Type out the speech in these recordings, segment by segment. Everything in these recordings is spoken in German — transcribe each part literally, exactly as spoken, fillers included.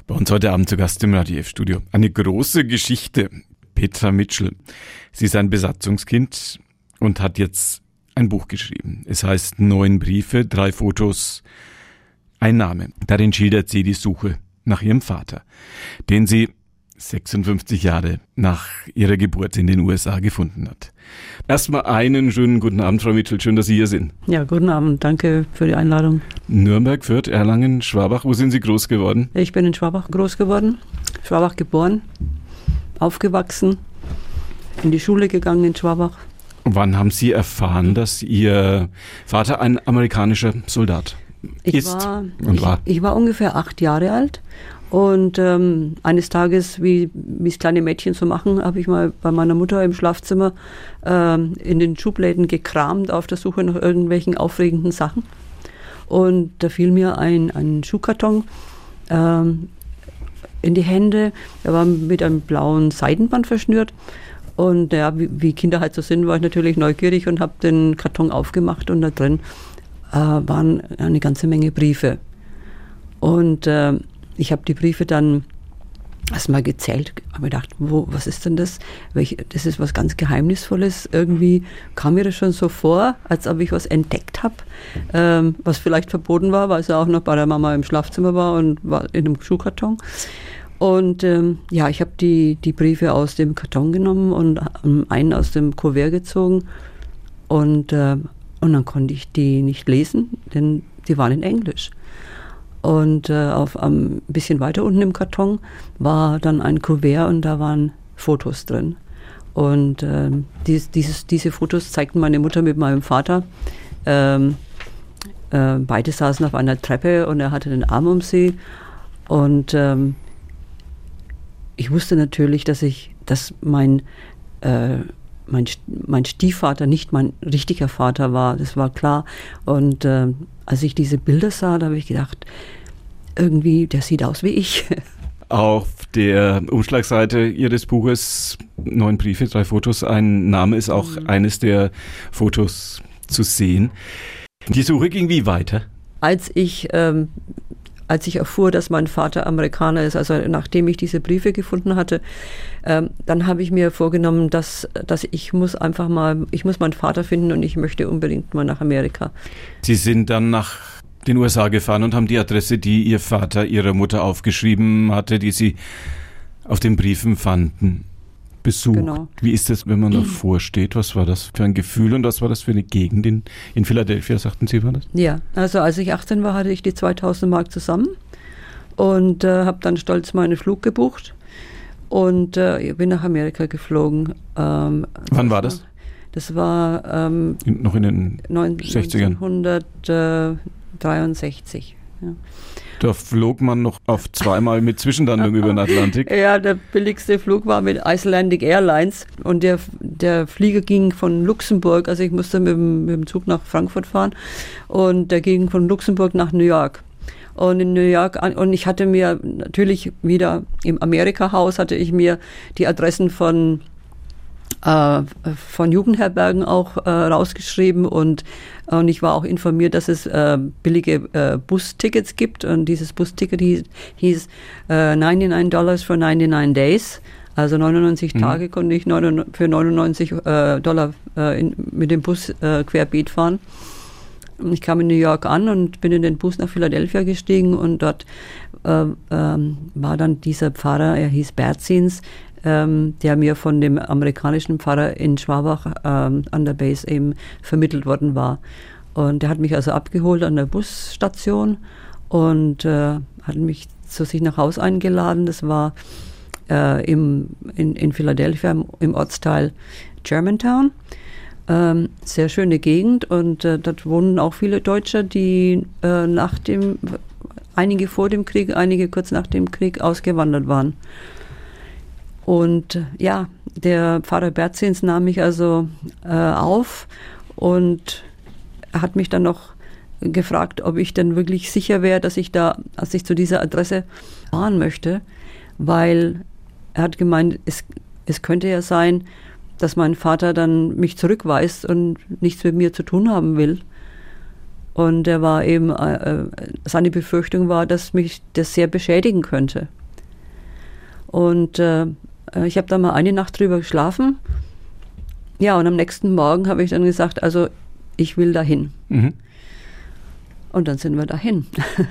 Bei uns heute Abend zu Gast im Radio F-Studio. Eine große Geschichte. Petra Mitchell. Sie ist ein Besatzungskind und hat jetzt ein Buch geschrieben. Es heißt Neun Briefe, drei Fotos, ein Name. Darin schildert sie die Suche nach ihrem Vater, den sie sechsundfünfzig Jahre nach ihrer Geburt in den U S A gefunden hat. Erstmal einen schönen guten Abend, Frau Mitchell. Schön, dass Sie hier sind. Ja, guten Abend. Danke für die Einladung. Nürnberg, Fürth, Erlangen, Schwabach. Wo sind Sie groß geworden? Ich bin in Schwabach groß geworden. Schwabach geboren, aufgewachsen, in die Schule gegangen in Schwabach. Wann haben Sie erfahren, dass Ihr Vater ein amerikanischer Soldat ich ist war, und ich, war? Ich war ungefähr acht Jahre alt. Und ähm, eines Tages, wie es kleine Mädchen so machen, habe ich mal bei meiner Mutter im Schlafzimmer ähm, in den Schubläden gekramt auf der Suche nach irgendwelchen aufregenden Sachen. Und da fiel mir ein, ein Schuhkarton ähm, in die Hände. Er war mit einem blauen Seidenband verschnürt. Und ja, wie, wie Kinder halt so sind, war ich natürlich neugierig und habe den Karton aufgemacht. Und da drin äh, waren eine ganze Menge Briefe. Und äh, ich habe die Briefe dann erstmal gezählt, habe mir gedacht, wo, was ist denn das? Welch, das ist was ganz Geheimnisvolles. Irgendwie kam mir das schon so vor, als ob ich was entdeckt habe, ähm, was vielleicht verboten war, weil es ja auch noch bei der Mama im Schlafzimmer war und war in einem Schuhkarton. Und ähm, ja, ich habe die, die Briefe aus dem Karton genommen und einen aus dem Kuvert gezogen. Und, äh, und dann konnte ich die nicht lesen, denn die waren in Englisch. Und äh, auf ein bisschen weiter unten im Karton war dann ein Kuvert und da waren Fotos drin. Und äh, dies, dieses, diese Fotos zeigten meine Mutter mit meinem Vater. Ähm, äh, beide saßen auf einer Treppe und er hatte den Arm um sie. Und ähm, ich wusste natürlich, dass ich, dass mein, äh, mein, mein Stiefvater nicht mein richtiger Vater war. Das war klar. Und äh, als ich diese Bilder sah, da habe ich gedacht, irgendwie, der sieht aus wie ich. Auf der Umschlagseite Ihres Buches Neun Briefe, drei Fotos, ein Name ist auch mhm. eines der Fotos zu sehen. Die Suche ging wie weiter? Als ich, ähm, als ich erfuhr, dass mein Vater Amerikaner ist, also nachdem ich diese Briefe gefunden hatte, ähm, dann habe ich mir vorgenommen, dass, dass ich muss einfach mal, ich muss meinen Vater finden und ich möchte unbedingt mal nach Amerika. Sie sind dann nach den U S A gefahren und haben die Adresse, die Ihr Vater Ihrer Mutter aufgeschrieben hatte, die Sie auf den Briefen fanden, besucht. Genau. Wie ist das, wenn man davor steht? Was war das für ein Gefühl und was war das für eine Gegend in, in Philadelphia, sagten Sie, war das? Ja, also als ich achtzehn war, hatte ich die zweitausend Mark zusammen und äh, habe dann stolz meinen Flug gebucht und äh, bin nach Amerika geflogen. Ähm, Wann war das? Das war ähm, in, noch in den sechzigern? neunzehnhundertdreiundsechzig. Ja. Da flog man noch auf zweimal mit Zwischenlandung über den Atlantik. Ja, der billigste Flug war mit Icelandic Airlines und der, der Flieger ging von Luxemburg, also ich musste mit dem, mit dem Zug nach Frankfurt fahren und der ging von Luxemburg nach New York. Und in New York, und ich hatte mir natürlich wieder im Amerika-Haus hatte ich mir die Adressen von Äh, von Jugendherbergen auch äh, rausgeschrieben und, und ich war auch informiert, dass es äh, billige äh, Bustickets gibt und dieses Busticket hieß, hieß äh, neunundneunzig Dollar for neunundneunzig Days, also neunundneunzig mhm. Tage konnte ich neun, für neunundneunzig äh, Dollar äh, in, mit dem Bus äh, querbeet fahren. Ich kam in New York an und bin in den Bus nach Philadelphia gestiegen und dort äh, ähm, war dann dieser Pfarrer, er hieß Berzins, Ähm, der mir von dem amerikanischen Pfarrer in Schwabach ähm, an der Base eben vermittelt worden war. Und der hat mich also abgeholt an der Busstation und äh, hat mich zu sich nach Hause eingeladen. Das war äh, im, in, in Philadelphia im, im Ortsteil Germantown. Ähm, sehr schöne Gegend und äh, dort wohnen auch viele Deutsche, die äh, nach dem, einige vor dem Krieg, einige kurz nach dem Krieg ausgewandert waren. Und ja, der Pfarrer Berzins nahm mich also äh, auf und hat mich dann noch gefragt, ob ich dann wirklich sicher wäre, dass ich da, als ich zu dieser Adresse fahren möchte, weil er hat gemeint, es, es könnte ja sein, dass mein Vater dann mich zurückweist und nichts mit mir zu tun haben will. Und er war eben, äh, seine Befürchtung war, dass mich das sehr beschädigen könnte. Und äh, ich habe da mal eine Nacht drüber geschlafen. Ja, und am nächsten Morgen habe ich dann gesagt, also ich will dahin. Mhm. Und dann sind wir dahin.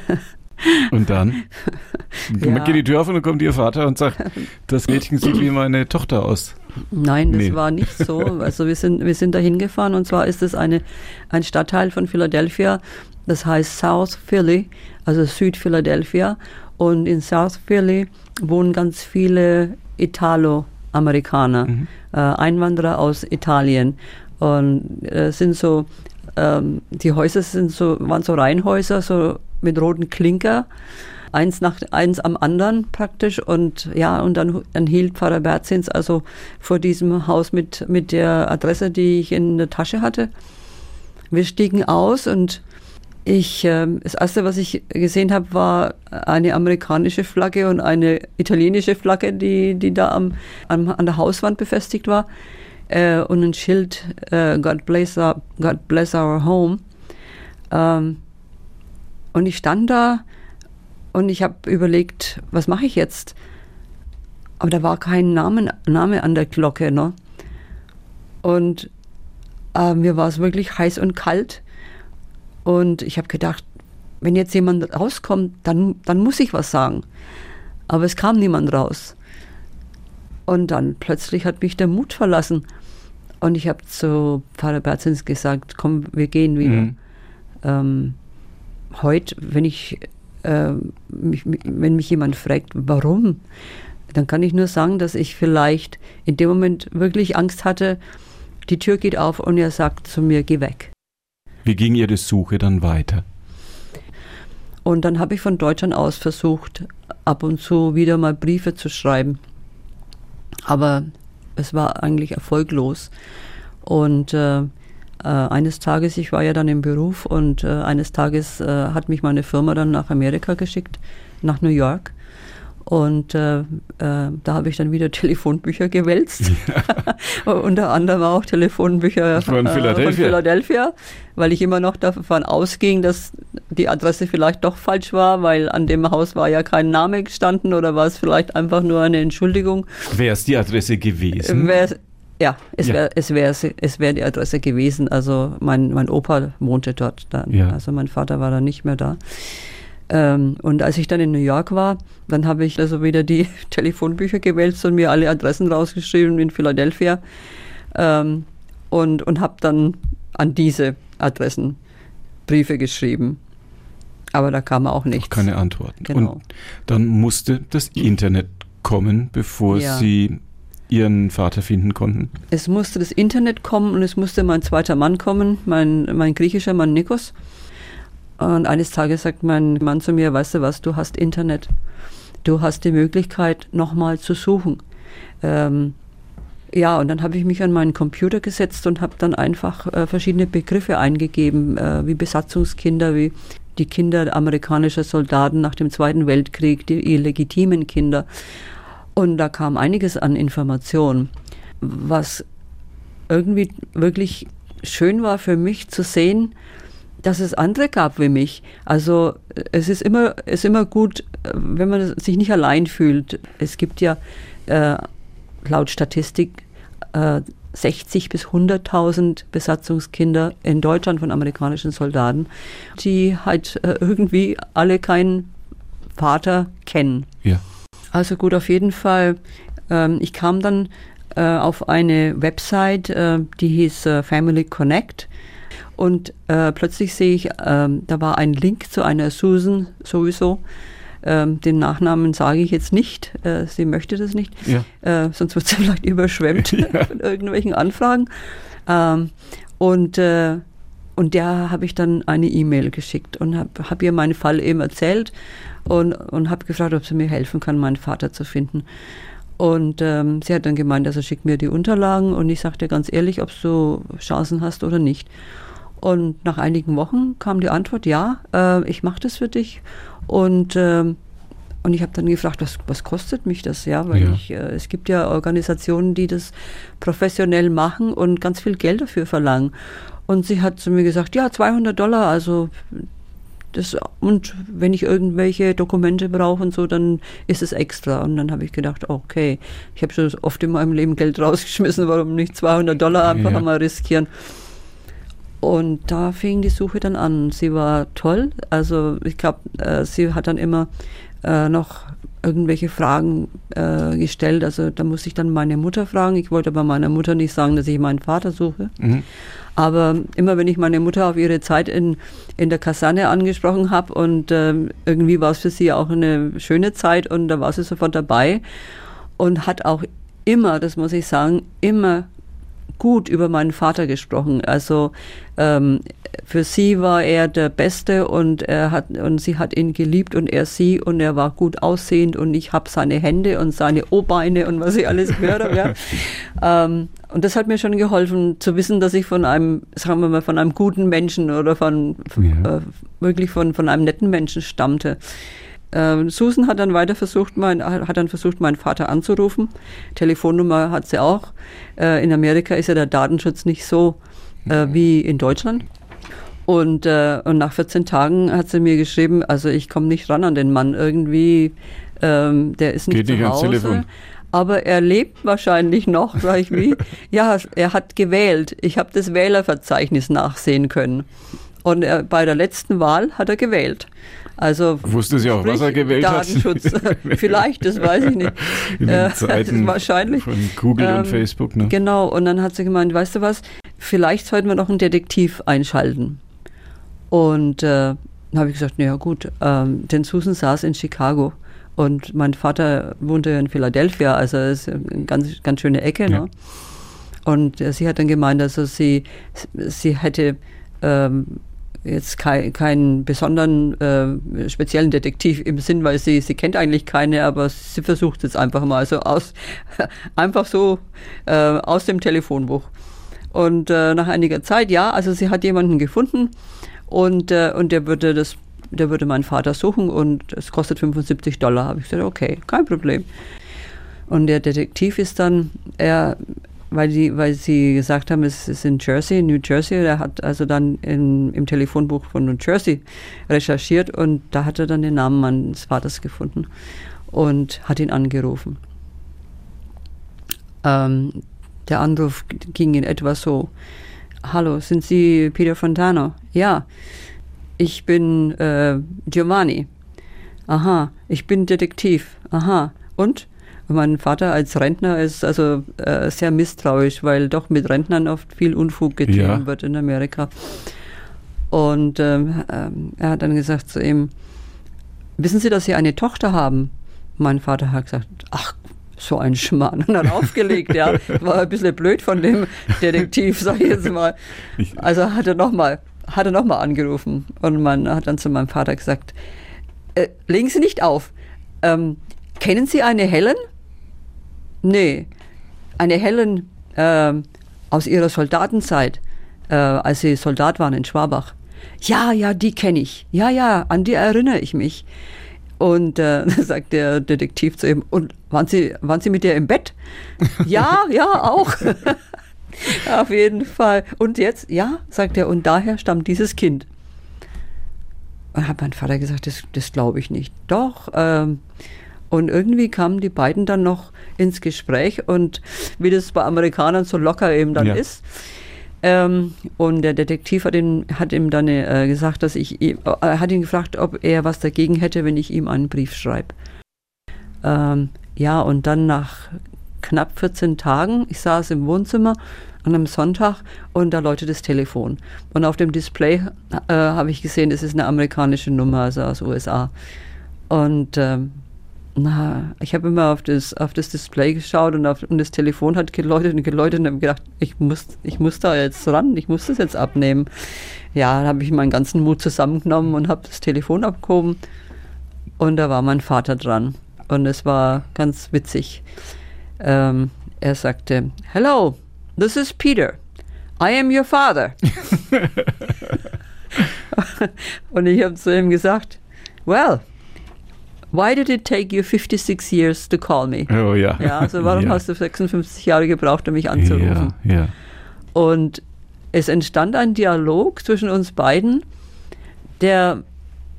Und dann? Ja. Man geht die Tür auf und dann kommt ihr Vater und sagt, das Mädchen sieht wie meine Tochter aus. Nein, das Nee. war nicht so. Also wir sind, wir sind dahin gefahren und zwar ist es eine, ein Stadtteil von Philadelphia, das heißt South Philly, also Süd-Philadelphia. Und in South Philly wohnen ganz viele Italo-Amerikaner, mhm. äh, Einwanderer aus Italien. Und äh, sind so, ähm, die Häuser sind so, waren so Reihenhäuser, so mit roten Klinker, eins nach eins am anderen praktisch. Und ja, und dann, dann hielt Pfarrer Bertzins also vor diesem Haus mit, mit der Adresse, die ich in der Tasche hatte. Wir stiegen aus und ich, äh, das erste, was ich gesehen habe, war eine amerikanische Flagge und eine italienische Flagge, die, die da am, am, an der Hauswand befestigt war. Äh, und ein Schild, äh, God bless our, God bless our home. Ähm, und ich stand da und ich habe überlegt, was mache ich jetzt? Aber da war kein Name, Name an der Glocke. Ne? Und äh, mir war es wirklich heiß und kalt. Und ich habe gedacht, wenn jetzt jemand rauskommt, dann, dann muss ich was sagen. Aber es kam niemand raus. Und dann plötzlich hat mich der Mut verlassen. Und ich habe zu Pfarrer Bertzins gesagt, komm, wir gehen wieder. Mhm. Ähm, heute, wenn ich, äh, mich, wenn mich jemand fragt, warum, dann kann ich nur sagen, dass ich vielleicht in dem Moment wirklich Angst hatte, die Tür geht auf und er sagt zu mir, geh weg. Wie ging Ihre Suche dann weiter? Und dann habe ich von Deutschland aus versucht, ab und zu wieder mal Briefe zu schreiben. Aber es war eigentlich erfolglos. Und äh, äh, eines Tages, ich war ja dann im Beruf und äh, eines Tages äh, hat mich meine Firma dann nach Amerika geschickt, nach New York. Und äh, äh, da habe ich dann wieder Telefonbücher gewälzt. Ja. Unter anderem auch Telefonbücher von Philadelphia. von Philadelphia, weil ich immer noch davon ausging, dass die Adresse vielleicht doch falsch war, weil an dem Haus war ja kein Name gestanden oder war es vielleicht einfach nur eine Entschuldigung. Wäre es die Adresse gewesen? Wär's, ja, es Ja. wäre es wär, es wär die Adresse gewesen. Also mein, mein Opa wohnte dort dann. Ja. Also mein Vater war dann nicht mehr da. Ähm, und als ich dann in New York war, dann habe ich also wieder die Telefonbücher gewälzt und mir alle Adressen rausgeschrieben in Philadelphia ähm, und, und habe dann an diese Adressen Briefe geschrieben. Aber da kam auch nichts. Keine Antworten. Genau. Und dann musste das Internet kommen, bevor Ja. Sie Ihren Vater finden konnten? Es musste das Internet kommen und es musste mein zweiter Mann kommen, mein, mein griechischer Mann Nikos. Und eines Tages sagt mein Mann zu mir, weißt du was, du hast Internet. Du hast die Möglichkeit, nochmal zu suchen. Ähm, ja, und dann habe ich mich an meinen Computer gesetzt und habe dann einfach äh, verschiedene Begriffe eingegeben, äh, wie Besatzungskinder, wie die Kinder amerikanischer Soldaten nach dem Zweiten Weltkrieg, die illegitimen Kinder. Und da kam einiges an Informationen, was irgendwie wirklich schön war für mich zu sehen, dass es andere gab wie mich. Also es ist immer, es ist immer gut, wenn man sich nicht allein fühlt. Es gibt ja äh, laut Statistik äh, sechzig bis hunderttausend Besatzungskinder in Deutschland von amerikanischen Soldaten, die halt äh, irgendwie alle keinen Vater kennen. Ja. Also gut, auf jeden Fall. Ähm, ich kam dann äh, auf eine Website, äh, die hieß äh, Family Connect. Und äh, plötzlich sehe ich, ähm, da war ein Link zu einer Susan sowieso. Ähm, den Nachnamen sage ich jetzt nicht. Äh, sie möchte das nicht. Ja. Äh, sonst wird sie vielleicht überschwemmt ja. von irgendwelchen Anfragen. Ähm, und, äh, und der habe ich dann eine E-Mail geschickt und habe hab ihr meinen Fall eben erzählt und, und habe gefragt, ob sie mir helfen kann, meinen Vater zu finden. Und ähm, sie hat dann gemeint, also schick mir die Unterlagen und ich sagte ganz ehrlich, ob du Chancen hast oder nicht. Und nach einigen Wochen kam die Antwort, ja, äh, ich mache das für dich. Und, äh, und ich habe dann gefragt, was, was kostet mich das? Ja, weil Ja. Ich, äh, es gibt ja Organisationen, die das professionell machen und ganz viel Geld dafür verlangen. Und sie hat zu mir gesagt, ja, zweihundert Dollar, also das, und wenn ich irgendwelche Dokumente brauche und so, dann ist es extra. Und dann habe ich gedacht, okay, ich habe schon oft in meinem Leben Geld rausgeschmissen, warum nicht zweihundert Dollar einfach ja. mal riskieren. Und da fing die Suche dann an. Sie war toll. Also ich glaube, äh, sie hat dann immer äh, noch irgendwelche Fragen äh, gestellt. Also da musste ich dann meine Mutter fragen. Ich wollte bei meiner Mutter nicht sagen, dass ich meinen Vater suche. Mhm. Aber immer wenn ich meine Mutter auf ihre Zeit in, in der Kaserne angesprochen habe und ähm, irgendwie war es für sie auch eine schöne Zeit und da war sie sofort dabei und hat auch immer, das muss ich sagen, immer gut über meinen Vater gesprochen. Also ähm, für sie war er der Beste und er hat und sie hat ihn geliebt und er sie und er war gut aussehend und ich habe seine Hände und seine O-Beine und was ich alles gehört habe. Ja. ähm, und das hat mir schon geholfen zu wissen, dass ich von einem, sagen wir mal, von einem guten Menschen oder von ja. äh, wirklich von von einem netten Menschen stammte. Ähm, Susan hat dann weiter versucht, mein, hat dann versucht, meinen Vater anzurufen. Telefonnummer hat sie auch. Äh, in Amerika ist ja der Datenschutz nicht so äh, wie in Deutschland. Und, äh, und nach vierzehn Tagen hat sie mir geschrieben, also ich komme nicht ran an den Mann. Irgendwie, ähm, der ist nicht Geht zu Hause. Nicht ans Telefon. Aber er lebt wahrscheinlich noch, sag ich wie. Ja, er hat gewählt. Ich habe das Wählerverzeichnis nachsehen können. Und er, bei der letzten Wahl hat er gewählt. Also wusste sie auch, was er gewählt Datenschutz. hat? Vielleicht, das weiß ich nicht. In den Zeiten wahrscheinlich. von Google ähm, und Facebook. Ne? Genau, und dann hat sie gemeint, weißt du was, vielleicht sollten wir noch einen Detektiv einschalten. Und äh, dann habe ich gesagt, naja gut, ähm, denn Susan saß in Chicago und mein Vater wohnte in Philadelphia, also das ist eine ganz, ganz schöne Ecke. Ja. Ne? Und äh, sie hat dann gemeint, also sie, sie hätte ähm, jetzt kein, keinen besonderen äh, speziellen Detektiv im Sinn, weil sie, sie kennt eigentlich keine, aber sie versucht es einfach mal, also aus, einfach so äh, aus dem Telefonbuch. Und äh, nach einiger Zeit, ja, also sie hat jemanden gefunden und, äh, und der würde das, der würde meinen Vater suchen und es kostet fünfundsiebzig Dollar. Habe ich gesagt, okay, kein Problem. Und der Detektiv ist dann, er Weil, die, weil sie gesagt haben, es ist in Jersey, New Jersey. Er hat also dann in, im Telefonbuch von New Jersey recherchiert und da hat er dann den Namen meines Vaters gefunden und hat ihn angerufen. Ähm, der Anruf ging in etwa so: Hallo, sind Sie Peter Fontano? Ja, ich bin äh, Giovanni. Aha, ich bin Detektiv. Aha, und? Mein Vater als Rentner ist also äh, sehr misstrauisch, weil doch mit Rentnern oft viel Unfug getrieben ja. wird in Amerika. Und ähm, ähm, er hat dann gesagt zu ihm, wissen Sie, dass Sie eine Tochter haben? Mein Vater hat gesagt, ach, so ein Schmarrn. Und hat aufgelegt, ja. War ein bisschen blöd von dem Detektiv, sag ich jetzt mal. Also hat er nochmal hat er noch mal angerufen. Und man hat dann zu meinem Vater gesagt, äh, legen Sie nicht auf. Ähm, kennen Sie eine Helen? Nee, eine Helen äh, aus ihrer Soldatenzeit, äh, als sie Soldat waren in Schwabach. Ja, ja, die kenne ich. Ja, ja, an die erinnere ich mich. Und äh, sagt der Detektiv zu ihm, und waren Sie, waren Sie mit der im Bett? Ja, ja, auch. Auf jeden Fall. Und jetzt, ja, sagt er, und daher stammt dieses Kind. Und hat mein Vater gesagt, das, das glaube ich nicht. Doch, ähm, und irgendwie kamen die beiden dann noch ins Gespräch und wie das bei Amerikanern so locker eben dann ja. ist. Ähm, und der Detektiv hat, ihn, hat ihm dann äh, gesagt, dass ich, äh, hat ihn gefragt, ob er was dagegen hätte, wenn ich ihm einen Brief schreibe. Ähm, ja, und dann nach knapp vierzehn Tagen, ich saß im Wohnzimmer an einem Sonntag und da läutet das Telefon. Und auf dem Display äh, habe ich gesehen, es ist eine amerikanische Nummer, also aus U S A. Und ähm, Na, ich habe immer auf das, auf das Display geschaut und, auf, und das Telefon hat geläutet und geläutet und habe gedacht, ich muss, ich muss da jetzt ran, ich muss das jetzt abnehmen. Ja, da habe ich meinen ganzen Mut zusammengenommen und habe das Telefon abgehoben und da war mein Vater dran und es war ganz witzig. Ähm, er sagte, Hello, this is Peter. I am your father. Und ich habe zu ihm gesagt, well, why did it take you fifty-six years to call me? Oh ja. Ja, also warum ja. hast du sechsundfünfzig Jahre gebraucht, um mich anzurufen? Ja, ja. Und es entstand ein Dialog zwischen uns beiden, der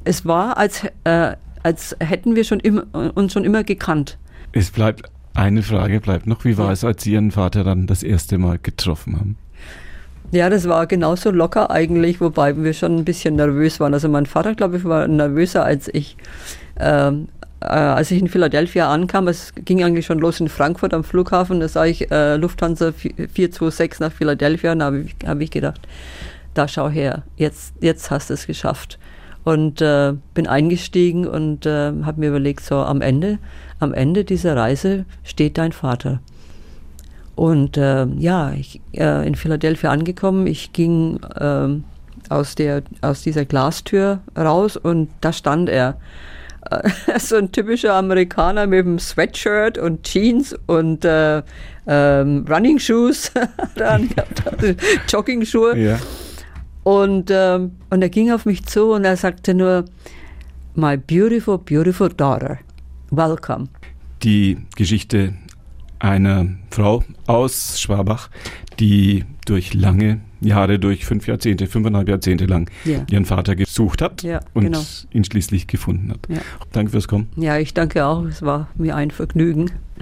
es war, als, äh, als hätten wir schon immer, uns schon immer gekannt. Es bleibt, eine Frage bleibt noch. Wie war ja. es, als Sie Ihren Vater dann das erste Mal getroffen haben? Ja, das war genauso locker eigentlich, wobei wir schon ein bisschen nervös waren. Also mein Vater, glaube ich, war nervöser als ich. Ähm, äh, als ich in Philadelphia ankam, es ging eigentlich schon los in Frankfurt am Flughafen, da sah ich äh, Lufthansa vier zwei sechs nach Philadelphia und da habe ich, hab ich gedacht, da schau her, jetzt, jetzt hast du es geschafft. Und äh, bin eingestiegen und äh, habe mir überlegt, so am Ende, am Ende dieser Reise steht dein Vater. Und äh, ja, ich, äh, in Philadelphia angekommen, ich ging äh, aus, der, aus dieser Glastür raus und da stand er. Äh, so ein typischer Amerikaner mit einem Sweatshirt und Jeans und äh, ähm, Running Shoes, Jogging-Schuhe. Ja. Und, ähm, und er ging auf mich zu und er sagte nur, "My beautiful, beautiful daughter, welcome." Die Geschichte einer Frau aus Schwabach, die durch lange Jahre, durch fünf Jahrzehnte, fünfeinhalb Jahrzehnte lang ja. ihren Vater gesucht hat ja, und genau. ihn schließlich gefunden hat. Ja. Danke fürs Kommen. Ja, ich danke auch. Es war mir ein Vergnügen.